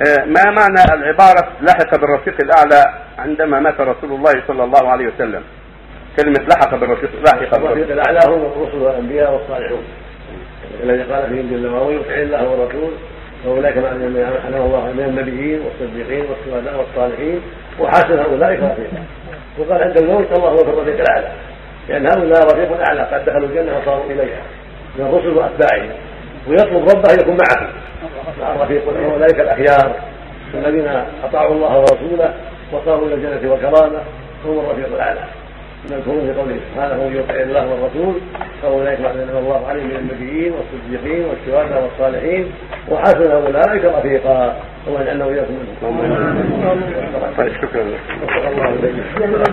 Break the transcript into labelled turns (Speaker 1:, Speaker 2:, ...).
Speaker 1: ما معنى العبارة لحق بالرفيق الأعلى عندما مات رسول الله صلى الله عليه وسلم؟ كلمة لحق بالرفيق
Speaker 2: الأعلى هم الرسل والأنبياء والصالحون الذي قال فيهم جل وعلا: يطع الله والرسول فأولئك مع الذين أنعم الله من النبيين والصديقين والشهداء والصالحين وحسن أولئك رفيقا. وقال عند الموت: الله هو في الرفيق الأعلى، لأن هؤلاء رفيق أعلى قد دخلوا الجنة وصاروا إليها من الرسل وأتباعهم، ويطلب ربه أن يكون معهم مع الرفيق. أولئك الأخيار الذين أطاعوا الله ورسوله وصاروا إلى الجنة وكرامة هم الرفيق الأعلى. نذكرون في قوله سبحانه: يطع الله والرسول فأولئك مع الذين أنعم الله عليهم من النبيين والصديقين والشهداء والصالحين وحسن أولئك رفيقا. الله يجعلنا وإياكم منهم.
Speaker 1: شكرا.